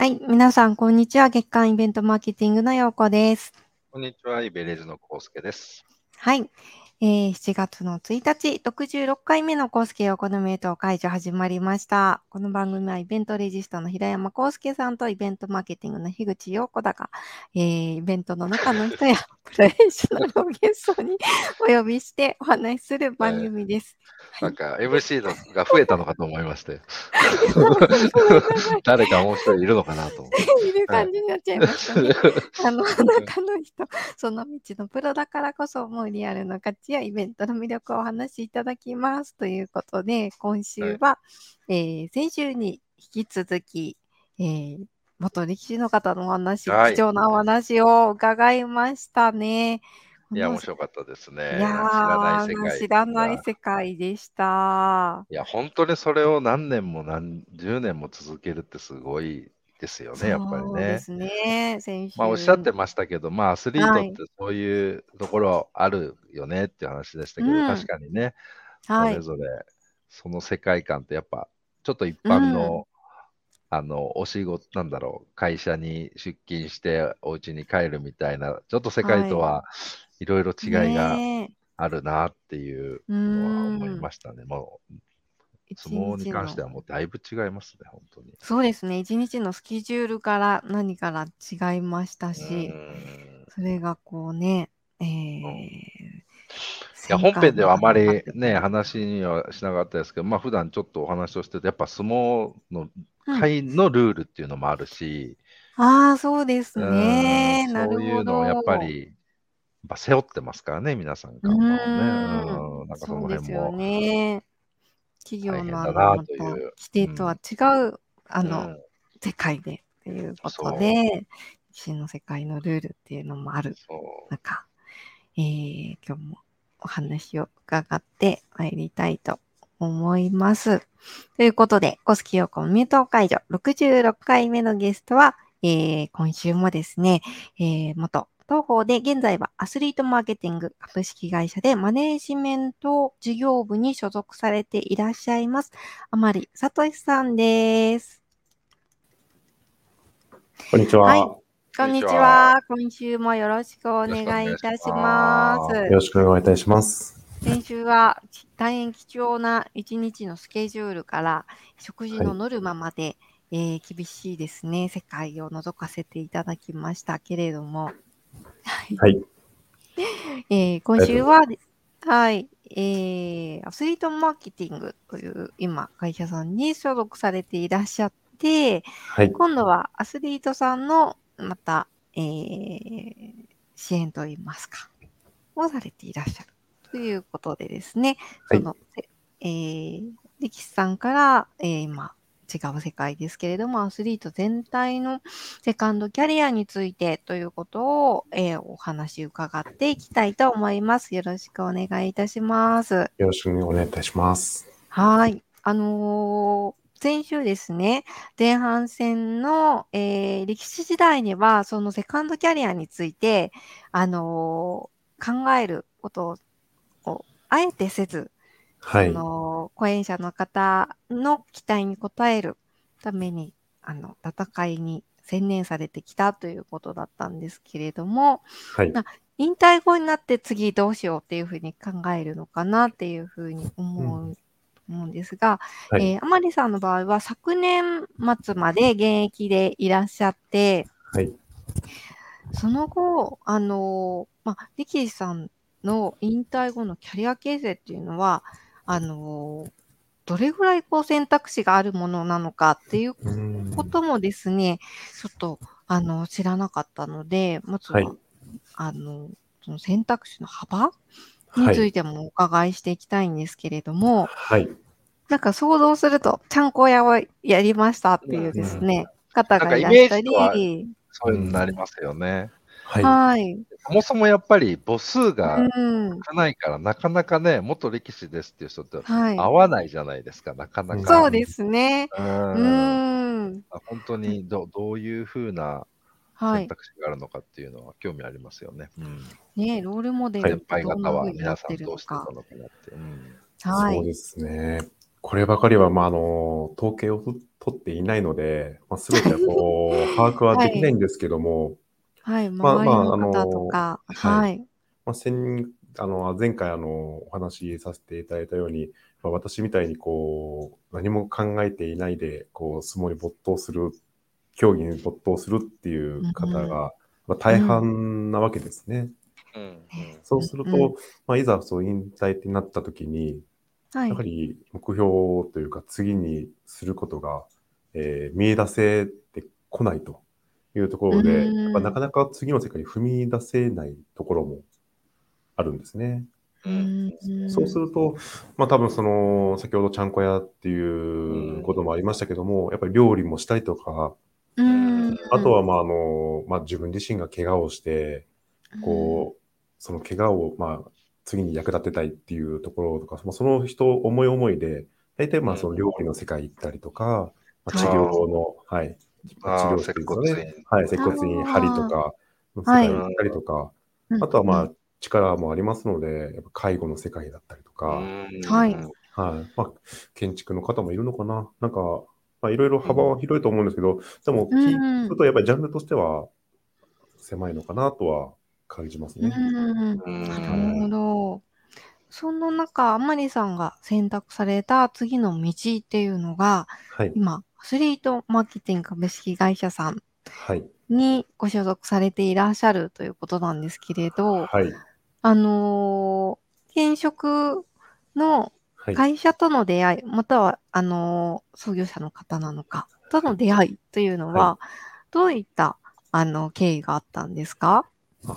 はい、皆さん、こんにちは。月間イベントマーケティングのようこです。 こんにちは、イベレーズのコウスケです。 はい。7月の1日、66回目のコウスケようこのメイト解除始まりました。この番組はイベントレジストの平山コウスケさんとイベントマーケティングの樋口陽子だが、イベントの中の人やプロフェッショナルをゲストにお呼びしてお話しする番組です。 なんか MC が増えたのかと思いまして。 ごめんなさい。 誰かもう一人いるのかなと思って。 いる感じになっちゃいましたね。中の人、その道のプロだからこそ、もうリアルの価値やイベントの魅力をお話しいただきますということで、今週は、先週に引き続き、元力士の方のお話、 はい貴重なお話を伺いましたね。 いや、面白かったですね。 いや知らない世ー、 界知らないが。 世界でした。 いや、本当にそれを何年も何十年も続けるってすごいですよね、やっぱりね。 そうですね、先おっしゃっ週。 てましたけど、アスリートはい。 ってそういうところあるよねっていう話でしたけど、 うん。 確かにね、そはい。 れぞれその世界観ってやっぱ、ちょっと一うん。 般のお仕事、会社に出勤してお家に帰るみたいな、ちょっと世界はい。 とはいろいろ違いがねえ。 あるなっていううーのは思いん。 ましたね。もう、相一撲に日の、 関してはもうだいぶ違いますね、本当に。 そうですね、一日のスケジュールから何から違いましたうーし、 ん。 それがこうね、 うん、いや、 戦本編ではあ艦の中まりね、 かってくる。 話にはしなかったですけど、普段ちょっとお話をしてて、やっぱ相撲のうん。 会のルールっていうのもあるし、 ああ、そうですね。なそうるほいうのをやっぱど。 り、背負ってますからね、皆さんう看板をね。 ーん。 なんかそそうですよの辺もね。企業の大変だなまたという。 規定とはうん。 違う、 うん。 世界でっていうことそう。 で、歴史の世界のルールっていうのもあるそ中、今日もお話を伺ってまいりたいと思います。ということで、小月陽子のミュート解除66回目のゲストは、今週もですね、元東方で現在はアスリートマーケティング株式会社でマネージメント事業部に所属されていらっしゃいます、甘利聡さんです。 こんにちはい。 は。 こんにこんにちは。よちは。今週もよろしくおろしくお願い願いしいたしまます。 す。 よろしくお願いいたします。 先週は大変貴重な一日のスケジュールから食事はい。 のノルマまで、厳しいですね、世界を覗かせていただきましたけれども、 はい。 今ありがとう週は、 ございます。 はい、アスリートマーケティングという今会社さんに所属されていらっしゃって、 はい。 今度はアスリートさんのまた、支援といいますか、をされていらっしゃるということでですね、 はい。 力士さんから、今、違う世界ですけれども、アスリート全体のセカンドキャリアについてということを、お話伺っていきたいと思います。よろしくお願いいたします。 よろしくお願いいたします。 はい。先週ですね、前半戦の、歴史時代には、そのセカンドキャリアについて、考えることをあえてせず、そはい。 の講演者の方の期待に応えるために、戦いに専念されてきたということだったんですけれども、 はい。 引退後になって次どうしようっていうふうに考えるのかなっていうふうにうん。 思うんですが、 はい。 甘利さんの場合は昨年末まで現役でいらっしゃって、 はい。 その後、力士さんの引退後のキャリア形成っていうのは、どれぐらいこう選択肢があるものなのかっていううん。 こともですね、ちょっと、知らなかったので、まずはい。 は、あの、その選択肢の幅にはい。 ついてもお伺いしていきたいんですけれども、 はい。 なんか想像すると、ちゃんこ屋をやりましたっていううん。 ですうん。 ね、方なんがいらしたかイメージとはり、 そういうのになりますよね。 はい。 はい。 そもそもやっぱり母数がうん。 少ないから、なかなかね、元力士ですっていう人とはい。 合わないじゃないですか、なかなうん。 か。 そうですね。 ううーん。 ーん。 本当にどういう風なはい。 選択肢があるのかっていうのは興味ありますよね。うん。 ね、ロールモデはい。 ルって先輩どんな風方はになって皆さんどうるのか。 してたのかなって。うん。 はい。 そうですね。こればかりは、統計を取取っていないので、全て把握はできないんですけども、 はい、 まあ、 周りの方とか、 はい。 はい。 前回お話しさせていただいたように、私みたいに何も考えていないで、相撲に没頭する、競技に没頭するっていう方が、大半なわけですね。そうすると、いざそう引退ってなった時に、やはり目標というか次にすることが、見出せてこないというところで、やっぱなかなか次の世界に踏み出せないところもあるんですね。そうすると、多分先ほどちゃんこ屋っていうこともありましたけども、やっぱり料理もしたりとか、あとは自分自身が怪我をして、その怪我を次に役立てたいっていうところとか、その人思い思いで、大体その料理の世界行ったりとか、治療の、はい、治療室ですよね。はい、接骨院、針とかの世界行ったりとか、あとは力もありますので、やっぱ介護の世界だったりとか、 はい。 建築の方もいるのかな。なんか、いろいろ幅は広いと思うんですけど、でも聞くとやっぱりジャンルとしては狭いのかなとは感じますね。 なるほど。その中、甘利さんが選択された次の道っていうのが、 はい。 今、アスリートマーケティング株式会社さんはい。 にご所属されていらっしゃるということなんですけれど、 はい。 転職のはい。 会社との出会い、または、創業者の方なのか、との出会いというのはい。 は、どういった、経緯があったんですか？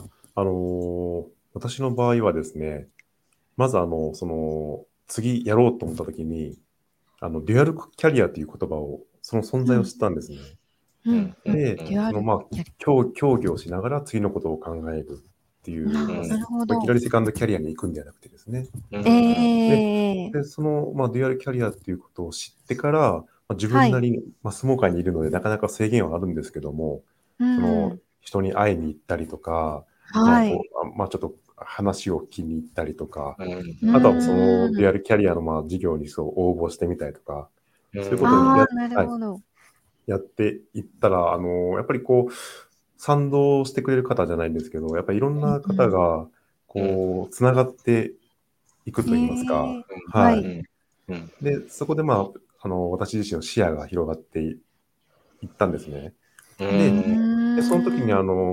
私の場合はですね、まず次やろうと思った時に、デュアルキャリアという言葉を、その存在を知ったんですね。で、 デュアルキャリ競技をしながら次のことを考えるっていう、 ア。なるほいきど。 なりセカンドキャリアに行くんじゃなくてですね。 ええで、デュアルキャリアっていうことを知ってから、自はい。 分なりに、相撲界にいるのでなかなか制限はあるんですけども、人に会いに行ったりとか、 はい。 ちょっと話を聞きに行ったりとか、 うあとはそのデュん。 アルキャリアの事業に応募してみたりとか、そういうことにああ、なるはい、 ほど。 やっていったら、やっぱり賛同してくれる方じゃないんですけど、やっぱりいろんな方が、つながっていくと言いますか、 ええははい。 い。で、そこで私自身の視野が広がっていったんですね。で、その時に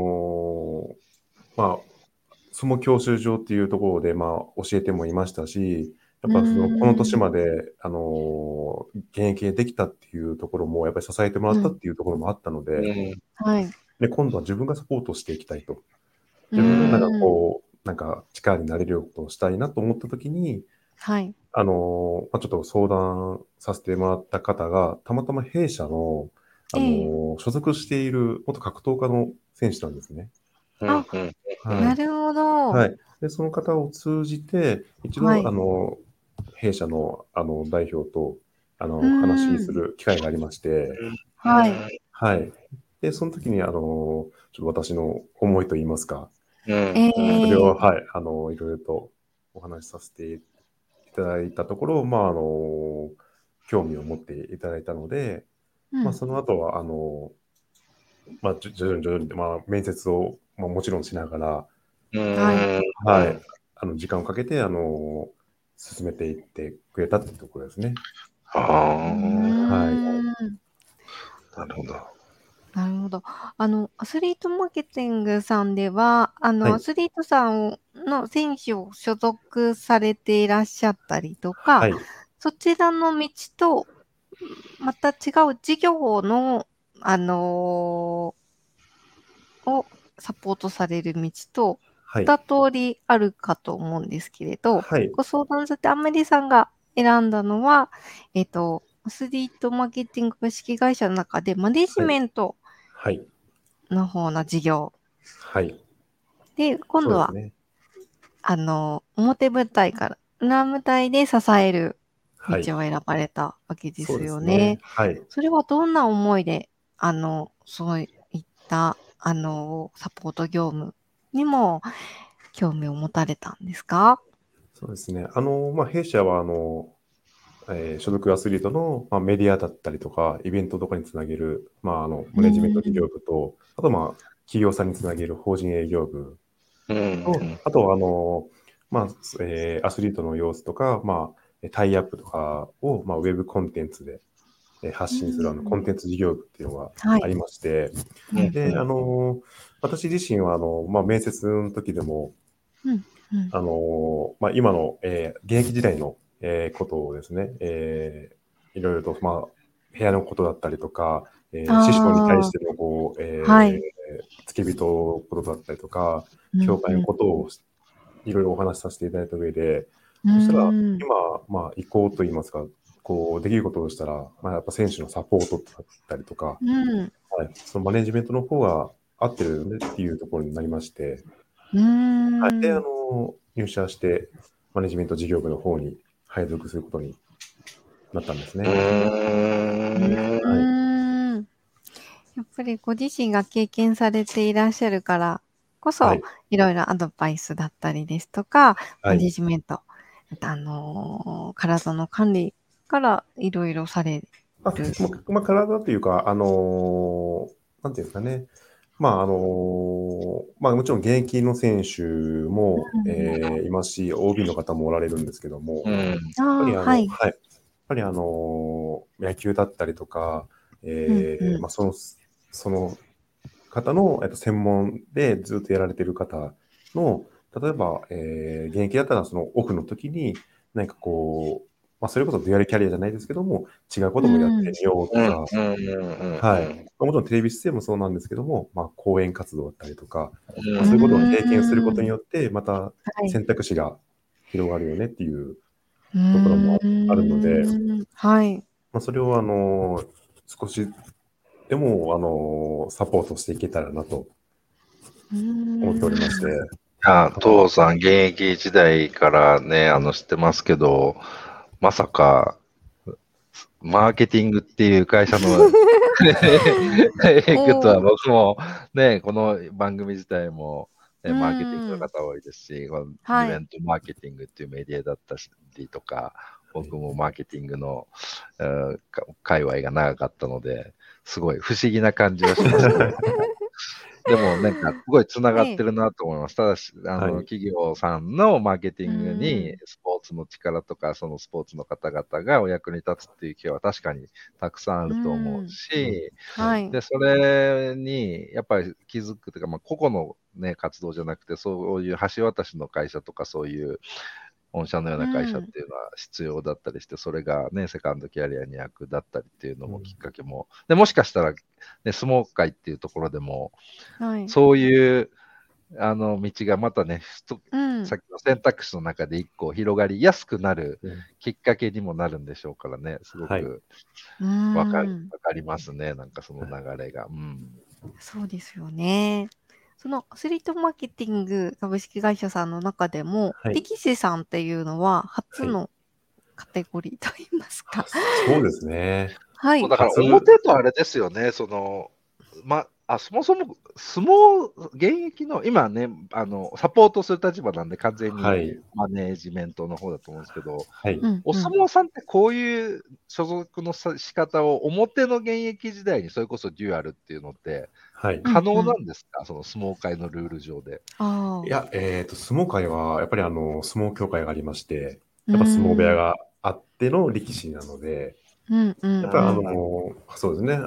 その教習所っていうところで、教えてもいましたし、やっぱこの年まで、現役でできたっていうところも、やっぱり支えてもらったっていうところもあったので、 はい。 で、今度は自分がサポートしていきたいと。 う自分がん。 力になれるようなことをしたいなと思った時に、 はい。 ちょっと相談させてもらった方が、たまたま弊社の、 ええ所属している元格闘家の選手なんですね。 あ、 はい。 なるほど。 はい。で、その方を通じて、一度、 はい。 弊社の、代表と、 う話しすん。 る機会がありまして、 はい。 はい。で、その時に、ちょっと私の思いといいますか、それを、 ええはい、いろいろとお話しさせていただいたところ、興味を持っていただいたので、 うん。 その後は、徐々に、面接を、もちろんしながら、 はい。 はい。時間をかけて、進めていってくれたっていうところですね。 うーはい。 ん。 なるほど。 なるほど。アスリートマーケティングさんでは、 はい。 アスリートさんの選手を所属されていらっしゃったりとか、 はい。 そちらの道と、また違う事業の、をサポートされる道と、 はい。 2通りあるかと思うんですけれど、 はい。 ご相談されてアメリさんが選んだのは、アスリートマーケティング株式会社の中でマネジはい。 メントはい。 の方の事業。 はい。 で、今度は、 そうですね。 表舞台から裏舞台で支える道はい。 を選ばれたわけでそうすですね。 よね。 はい。 それはどんな思いで、そういった、サポート業務にも興味を持たれたんですか？ そうですね。弊社は、 所属アスリートの、メディアだったりとか、イベントとかにつなげる、マネジメント事業部と、あと、企業さんにつなげる法人営業部と、あとは、アスリートの様子とか、タイアップとかを、ウェブコンテンツで発信するコンテンツ事業部っていうのがありまして、で、私自身は、面接の時でも、今の、現役時代の、ことをですね、いろいろと、部屋のことだったりとか、師匠に対しての、付け人のことだったりとか、教会のことをいろいろお話しさせていただいた上で、そしたら、今、移行といいますか、できることをしたら、やっぱ選手のサポートだったりとか、そのマネジメントの方が合ってるよねっていうところになりまして、で、入社して、マネジメント事業部の方に配属することになったんですね。 やっぱりご自身が経験されていらっしゃるからこそ、いろいろアドバイスだったりですとか、マネジメント、体の管理からいろいろされる。 体というか、なんていうんですかね。もちろん現役の選手も、いますし、OB の方もおられるんですけども、やっぱり野球だったりとか、その方の専門でずっとやられている方の、例えば、現役だったらそのオフの時に、何かそれこそデュアルキャリアじゃないですけども、違うこともやってみようとか、もちろんテレビ出演もそうなんですけども、講演活動だったりとか、そういうことを経験することによって、また選択肢が広がるよねっていうところもあるので、それを少しでもサポートしていけたらなと思っておりまして。 父さん現役時代からね、知ってますけど、まさか、マーケティングっていう会社の営業とは僕もね、この番組自体も、ね、マーケティングの方多いですし、このイベントマーケティングっていうメディアだったりとか、僕もマーケティングの、界隈が長かったので、すごい不思議な感じはしましたね。でもなんかすごいつながってるなと思います。ただし、企業さんのマーケティングにスポーツの力とか、そのスポーツの方々がお役に立つっていう機会は確かにたくさんあると思うし、で、それにやっぱり気づくというか、個々のね、活動じゃなくて、そういう橋渡しの会社とかそういう御社のような会社っていうのは必要だったりして、それがね、セカンドキャリアに役立ったりっていうのもきっかけも、でもしかしたら、ね、相撲界っていうところでも、そういう道がまたね、さっきの選択肢の中で一個広がりやすくなるきっかけにもなるんでしょうからね、すごくわかりますね、なんかその流れが。 そうですよね。そのアスリートマーケティング株式会社さんの中でも、力士さんっていうのは初のカテゴリーといいますか。 そうですね。 だから表とあれですよね、そもそも相撲現役の今ね、サポートする立場なんで完全にマネージメントの方だと思うんですけど、お相撲さんってこういう所属の仕方を表の現役時代にそれこそデュアルっていうのって可能なんですか、その相撲界のルール上で。 いや、相撲界はやっぱり相撲協会がありまして、やっぱ相撲部屋があっての力士なので、やっぱりそうですね、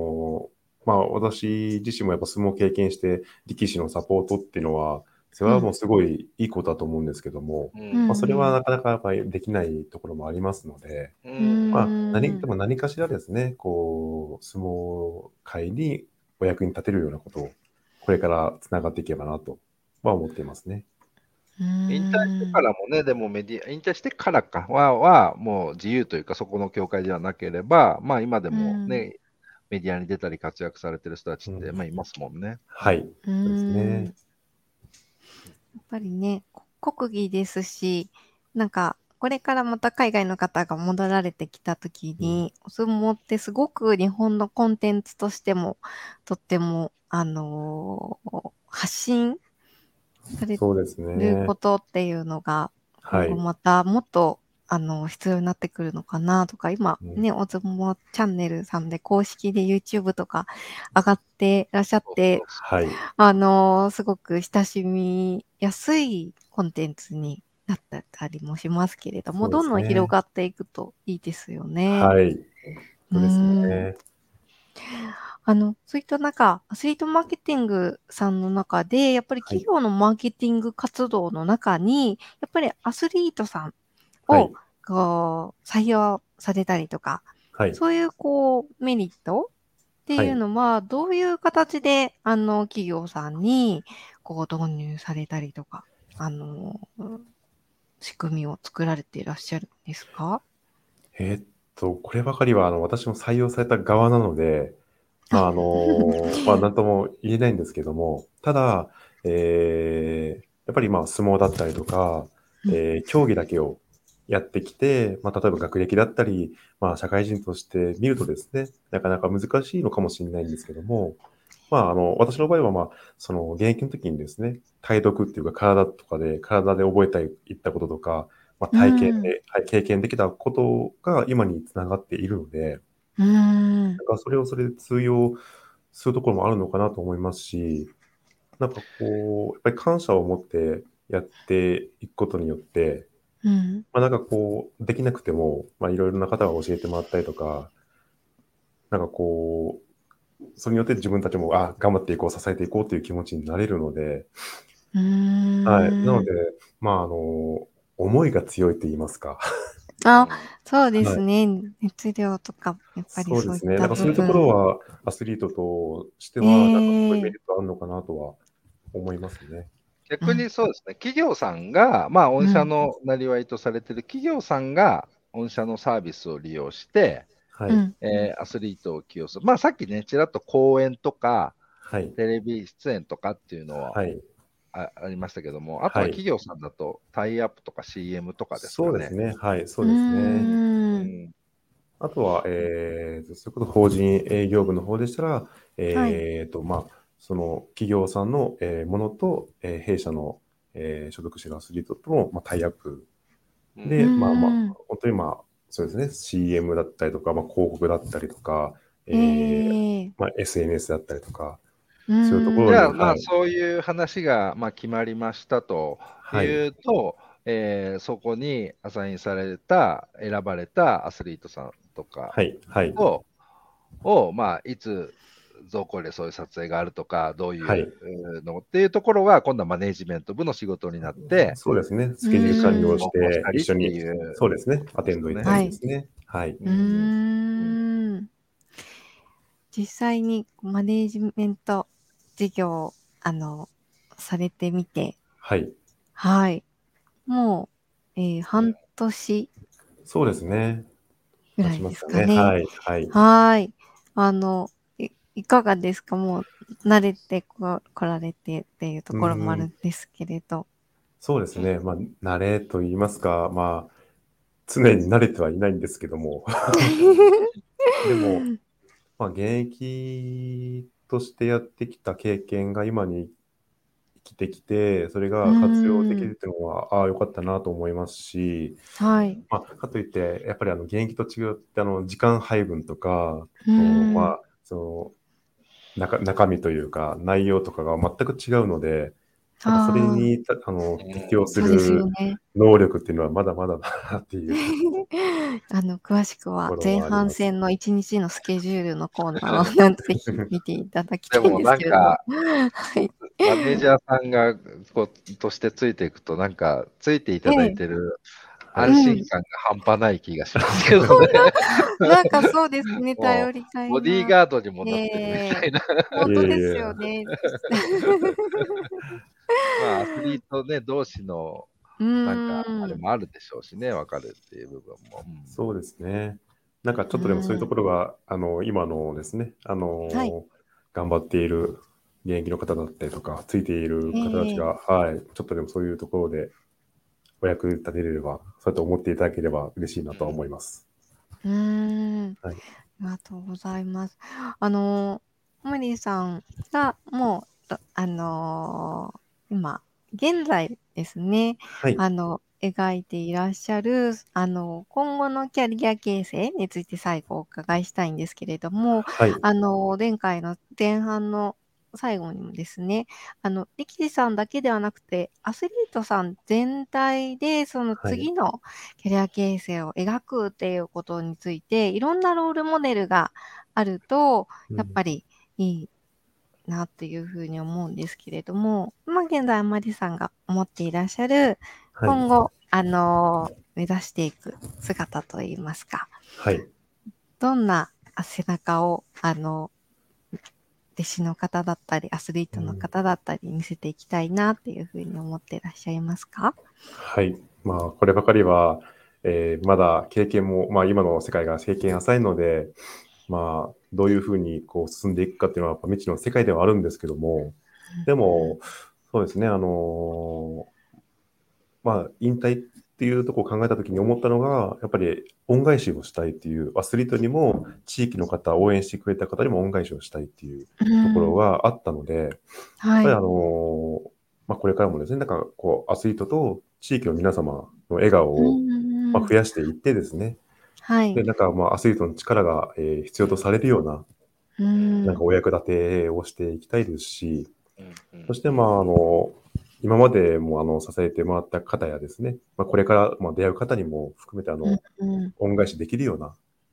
私自身もやっぱ相撲を経験して力士のサポートっていうのは、それはもうすごいいいことだと思うんですけども、それはなかなかやっぱりできないところもありますので、でも何かしらですね、相撲界にお役に立てるようなことを、これからつながっていけばなとは思っていますね。 引退してからもね、でも引退してからはもう自由というか、そこの協会ではなければ、今でもね、メディアに出たり活躍されてる人たちって、いますもんね。 そうですね。 やっぱりね、国技ですし、なんか、これからまた海外の方が戻られてきたときに、お相撲ってすごく日本のコンテンツとしても、とっても、発信されることっていうのが、またもっと必要になってくるのかなとか、今ね、おつもチャンネルさんで公式で YouTube とか上がってらっしゃって、 はい。 すごく親しみやすいコンテンツになってたりもしますけれども、 そうですねどんどん広がっていくといいですよね。 はい。そうですうんね。 そういった中、アスリートマーケティングさんの中で、やっぱりはい企業のマーケティング活動の中に、やっぱりアスリートさんをはい。 採用されたりとか、 はい。 そういうメリットっていうのは、どういう形で、企業さんに、導入されたりとか、仕組みを作られていらっしゃるんですか？ こればかりは、私も採用された側なので、なんとも言えないんですけども、ただ、やっぱり相撲だったりとか、競技だけをやってきて、例えば学歴だったり、社会人として見るとですね、なかなか難しいのかもしれないんですけども、私の場合は、その現役の時にですね、体読っていうか体で覚えたいったこととか、体験で、はい経験できたことが今につながっているので、それをそれで通用するところもあるのかなと思いますし、やっぱり感謝を持ってやっていくことによって、できなくても、いろいろな方が教えてもらったりとか、それによって自分たちも、頑張っていこう、支えていこうという気持ちになれるので、はい。なので、思いが強いと言いますか。 そうではい。 すね。熱量とか、やっぱりそうですね。 そういったそういうところ部分。 は、アスリートとしてえは、すごいメえリットあるのかなとは思いますね。 逆にそうですね、企業さんが、御社のなりわいとされている企業さんが、御社のサービスを利用して、 はい。 アスリートを起用する。さっきね、ちらっと講演とか、 はい。 テレビ出演とかっていうのははい。 ありましたけども、あとははい。 企業さんだとタイアップとか CM とかですかね。 そうですね。はい。 うそうですね。 ーん。 あとは、それこそ法人営業部の方でしたら、 はい。 その企業さんの、ものと、弊社の、所属しているアスリートとの、タイアップで、本当にそうですね、CM だったりとか、広告だったりとか、SNS だったりとか、そういうところに、 じゃあ、 はい。 そういう話が、決まりましたといはい。 うと、そこにアサインされた、選ばれたアスリートさんとかはい。はい。 いつ、どこでそういう撮影があるとか、どういうはい。 のっていうところが、今度はマネジメント部の仕事になって、 そうですね。スケジュール管理をし同行して、 たりって一緒に、 いうそうですね。アテンド行ったりことですよね。 ですね。はい。 実際にマネージメント事業を、されてみて、 はい。 はい。もう、半年そうですね。出ぐらいでしますかね。 すかね。 はい。はい。 はい。いかがですか？もう、慣れて来られてっていうとうころもあるん。 んですけれど。 そうですね。慣れと言いますか、常に慣れてはいないんですけども。でも、現役としてやってきた経験が今に生きてきて、それうーが活用できるん。 っていうのは、良かったなと思いますし、 はい。 かといって、やっぱり現役と違って、時間配分とか、 うーん。 中身というか、内容とかが全く違うので、それああ、 に、適応すそうですよるね。 能力っていうのはまだまだだなっていう詳しくはところ前はあります。 半戦の1日のスケジュールのコーナーをぜひ見ていただきたいんでもですけれども。はい。 マネージャーさんがとしてついていくと、ついていただいええ、 てるはい。 安心感が半端ない気がしますけどね。 なんかそうですね、 も頼りがう、ボディーいが。 ガードにもえなってるみたえ、 いな。 いえほんとですいえ。 よね。 アスリートね、同士の、 うあれーん。 もあるでしょうしね、分かるっていう部分も。 そうですね。ちうょっとでもそういうーん。 ところが、今のですね、 はい。 頑張っている現役の方だったりとか、ついているえ方たちえ、 が、はい、ちょっとでもそういうところでお役に立てれれば、そうやって思っていただければ嬉しいなとは思います。 うーん。 はい。 ありがとうございます。あの、モリーさんがもう、今、現在ですね、 はい。 描いていらっしゃる、今後のキャリア形成について最後お伺いしたいんですけれども、 はい。 前回の前半の最後にもですね、力士さんだけではなくて、アスリートさん全体で、そのはい。 次のキャリア形成を描くっていうことについて、いろんなロールモデルがあると、やっぱりいいなっていうふうに思うんですけれども、現在、あまりさんが思っていらっしゃる、 はい。 今後、目指していく姿といいますか、 はい。 どんな背中を、弟子の方だったり、アスリートの方だったり見せていきたいなっていうふうに思っていらっしゃいますか？ はい。こればかりは、まだ経験も、今の世界が経験浅いので、どういうふうにこう進んでいくかっていうのは、やっぱ未知の世界ではあるんですけども、でも、そうですね、引退っていうところを考えたときに思ったのが、やっぱり恩返しをしたいっていう、アスリートにも、地域の方、応援してくれた方にも恩返しをしたいっていうところがあったので、やっぱりこれからもですね、アスリートと地域の皆様の笑顔を増やしていってですね、で、アスリートの力が必要とされるような、お役立てをしていきたいですし、そして、今までも支えてもらった方やですね、これから出会う方にも含めて恩返しできるような、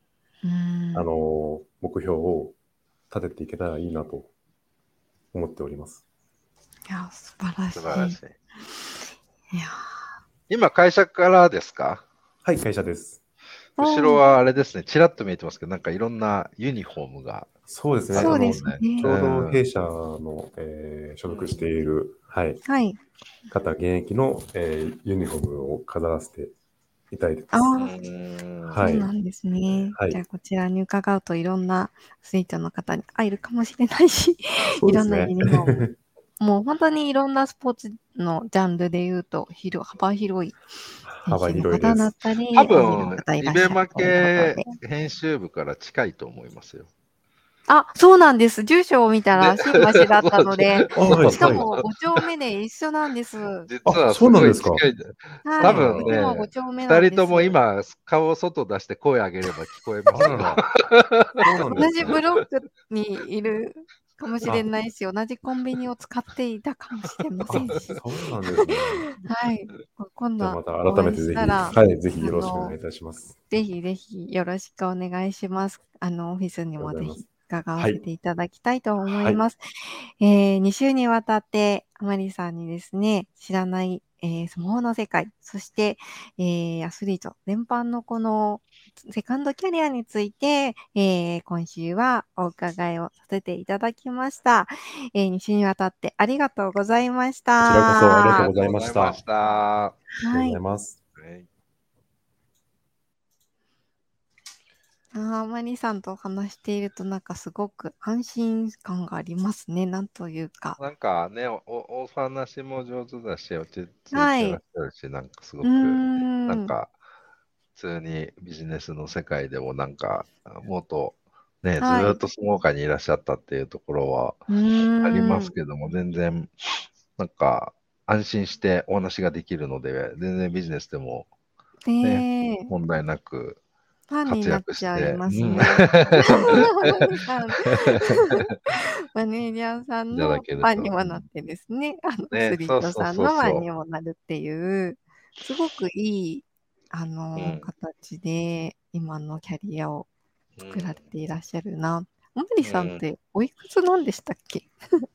目標を立てていけたらいいなと思っております。 いや、素晴らしい。 素晴らしい。 いや今、会社からですか？ はい、会社です。 後ろはあれですね、ちらっと見えてますけど、なんかいろんなユニフォームが。 そうですね。 そうですね。 ちょうど弊社の、所属している、はい、方、現役の、ユニフォームを飾らせていただいてます。 そうなんですね。じゃあ、こちらに伺うといろんなアスリートの方に会えるかもしれないし、いろんなユニフォーム。もう本当にいろんなスポーツのジャンルで言うと、幅広い選手の方だったり、 多分、イベマ系編集部から近いと思いますよ。 あ、そうなんです。住所を見たら新橋だったので、しかも5丁目で一緒なんです。 実はすごい近い。多分ね、2人とも今、顔を外出して声上げれば聞こえますよ。 同じブロックにいるかもしれないし、同じコンビニを使っていたかもしれませんし。 そうなんですね。 はい。今度また改めてぜひ、はい、ぜひよろしくお願いいたします。 ぜひぜひよろしくお願いします。オフィスにもぜひ伺わせていただきたいと思います。2週にわたって、あまりさんにですね、知らない、相撲の世界、そして、アスリート全般のこのセカンドキャリアについて、今週はお伺いをさせていただきました。2週にわたってありがとうございました。 こちらこそありがとうございました。 ありがとうございます。 マリさんと話しているとなんかすごく安心感がありますね。なんというか。 なんかね、お話も上手だし、落ち着いてらっしゃるし、なんかすごく、なんか普通にビジネスの世界でもなんか、もっとね、ずっと相撲界にいらっしゃったっていうところはありますけども、全然、なんか安心してお話ができるので、全然ビジネスでも、ね、問題なく、 ファンになっちゃいますね。マネージャーさんのファンにもなってですね、アスリートさんのファンにもなるっていう、すごくいい、形で今のキャリアを作られていらっしゃるな。おまりさんっておいくつなんでしたっけ？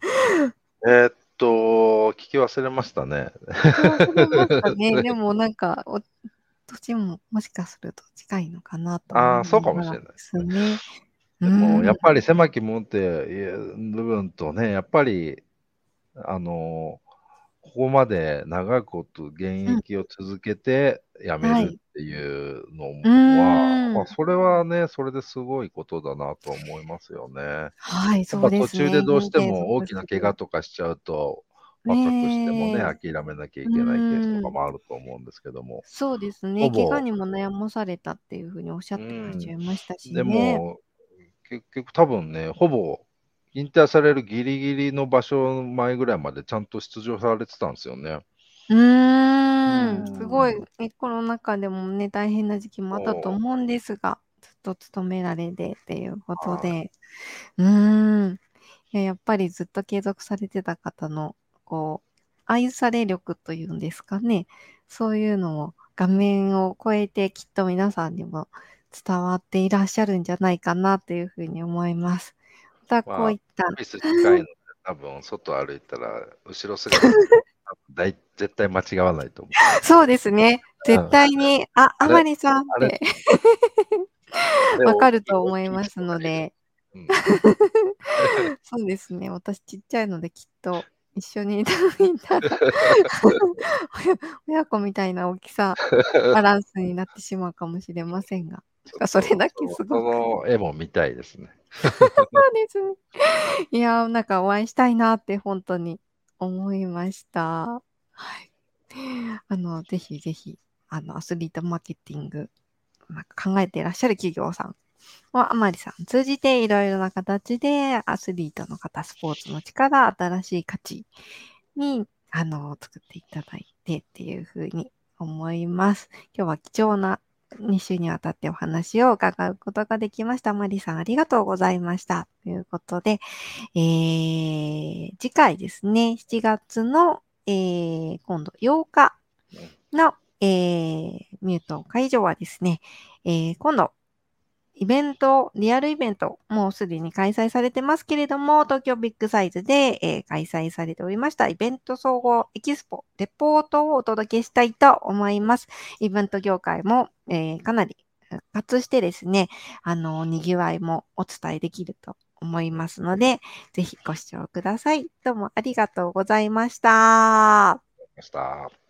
聞き忘れましたね。 でもなんか、年ももしかすると近いのかなと思そうかもしれないですね。 でも、やっぱり狭き門っていう部分とね、やっぱり、ここまで長いこと現役を続けて辞めるっていうのは、それはね、それですごいことだなと思いますよね。 はい、そうですね。 途中でどうしても大きな怪我とかしちゃうと、若くしてもね、諦めなきゃいけないケースとかもあると思うんですけども。 そうですね。怪我にも悩まされたっていうふうにおっしゃってらっしゃいましたしね。 でも、結局多分ね、ほぼ引退されるギリギリの場所前ぐらいまでちゃんと出場されてたんですよね。 すごい、コロナ禍でもね、大変な時期もあったと思うんですが、ずっと勤められてっていうことで、やっぱりずっと継続されてた方の、こう、愛され力というんですかね。そういうのを画面を超えてきっと皆さんにも伝わっていらっしゃるんじゃないかなというふうに思います。またこういった。 オフィス近いので、多分外歩いたら、後ろ姿で絶対間違わないと思う。 そうですね。絶対に、あまりさんってわかると思いますので。そうですね。私ちっちゃいのできっと一緒にいたら親子みたいな大きさ、バランスになってしまうかもしれませんが、それだけすごく。 その絵も見たいですね。 そうですね。いや、なんかお会いしたいなって本当に思いました。はい。ぜひぜひ、アスリートマーケティング、考えていらっしゃる企業さんは、あまりさん通じていろいろな形でアスリートの方、スポーツの力、新しい価値に、作っていただいてっていうふうに思います。今日は貴重な2週にわたってお話を伺うことができました。マリさんありがとうございました。ということで、次回ですね、7月の、今度8日の、ミュート会場はですね、今度、イベント、リアルイベント、もうすでに開催されてますけれども、東京ビッグサイズで、開催されておりましたイベント総合エキスポ、レポートをお届けしたいと思います。イベント業界も、かなり復活してですね、賑わいもお伝えできると思いますので、ぜひご視聴ください。どうもありがとうございました。 ました。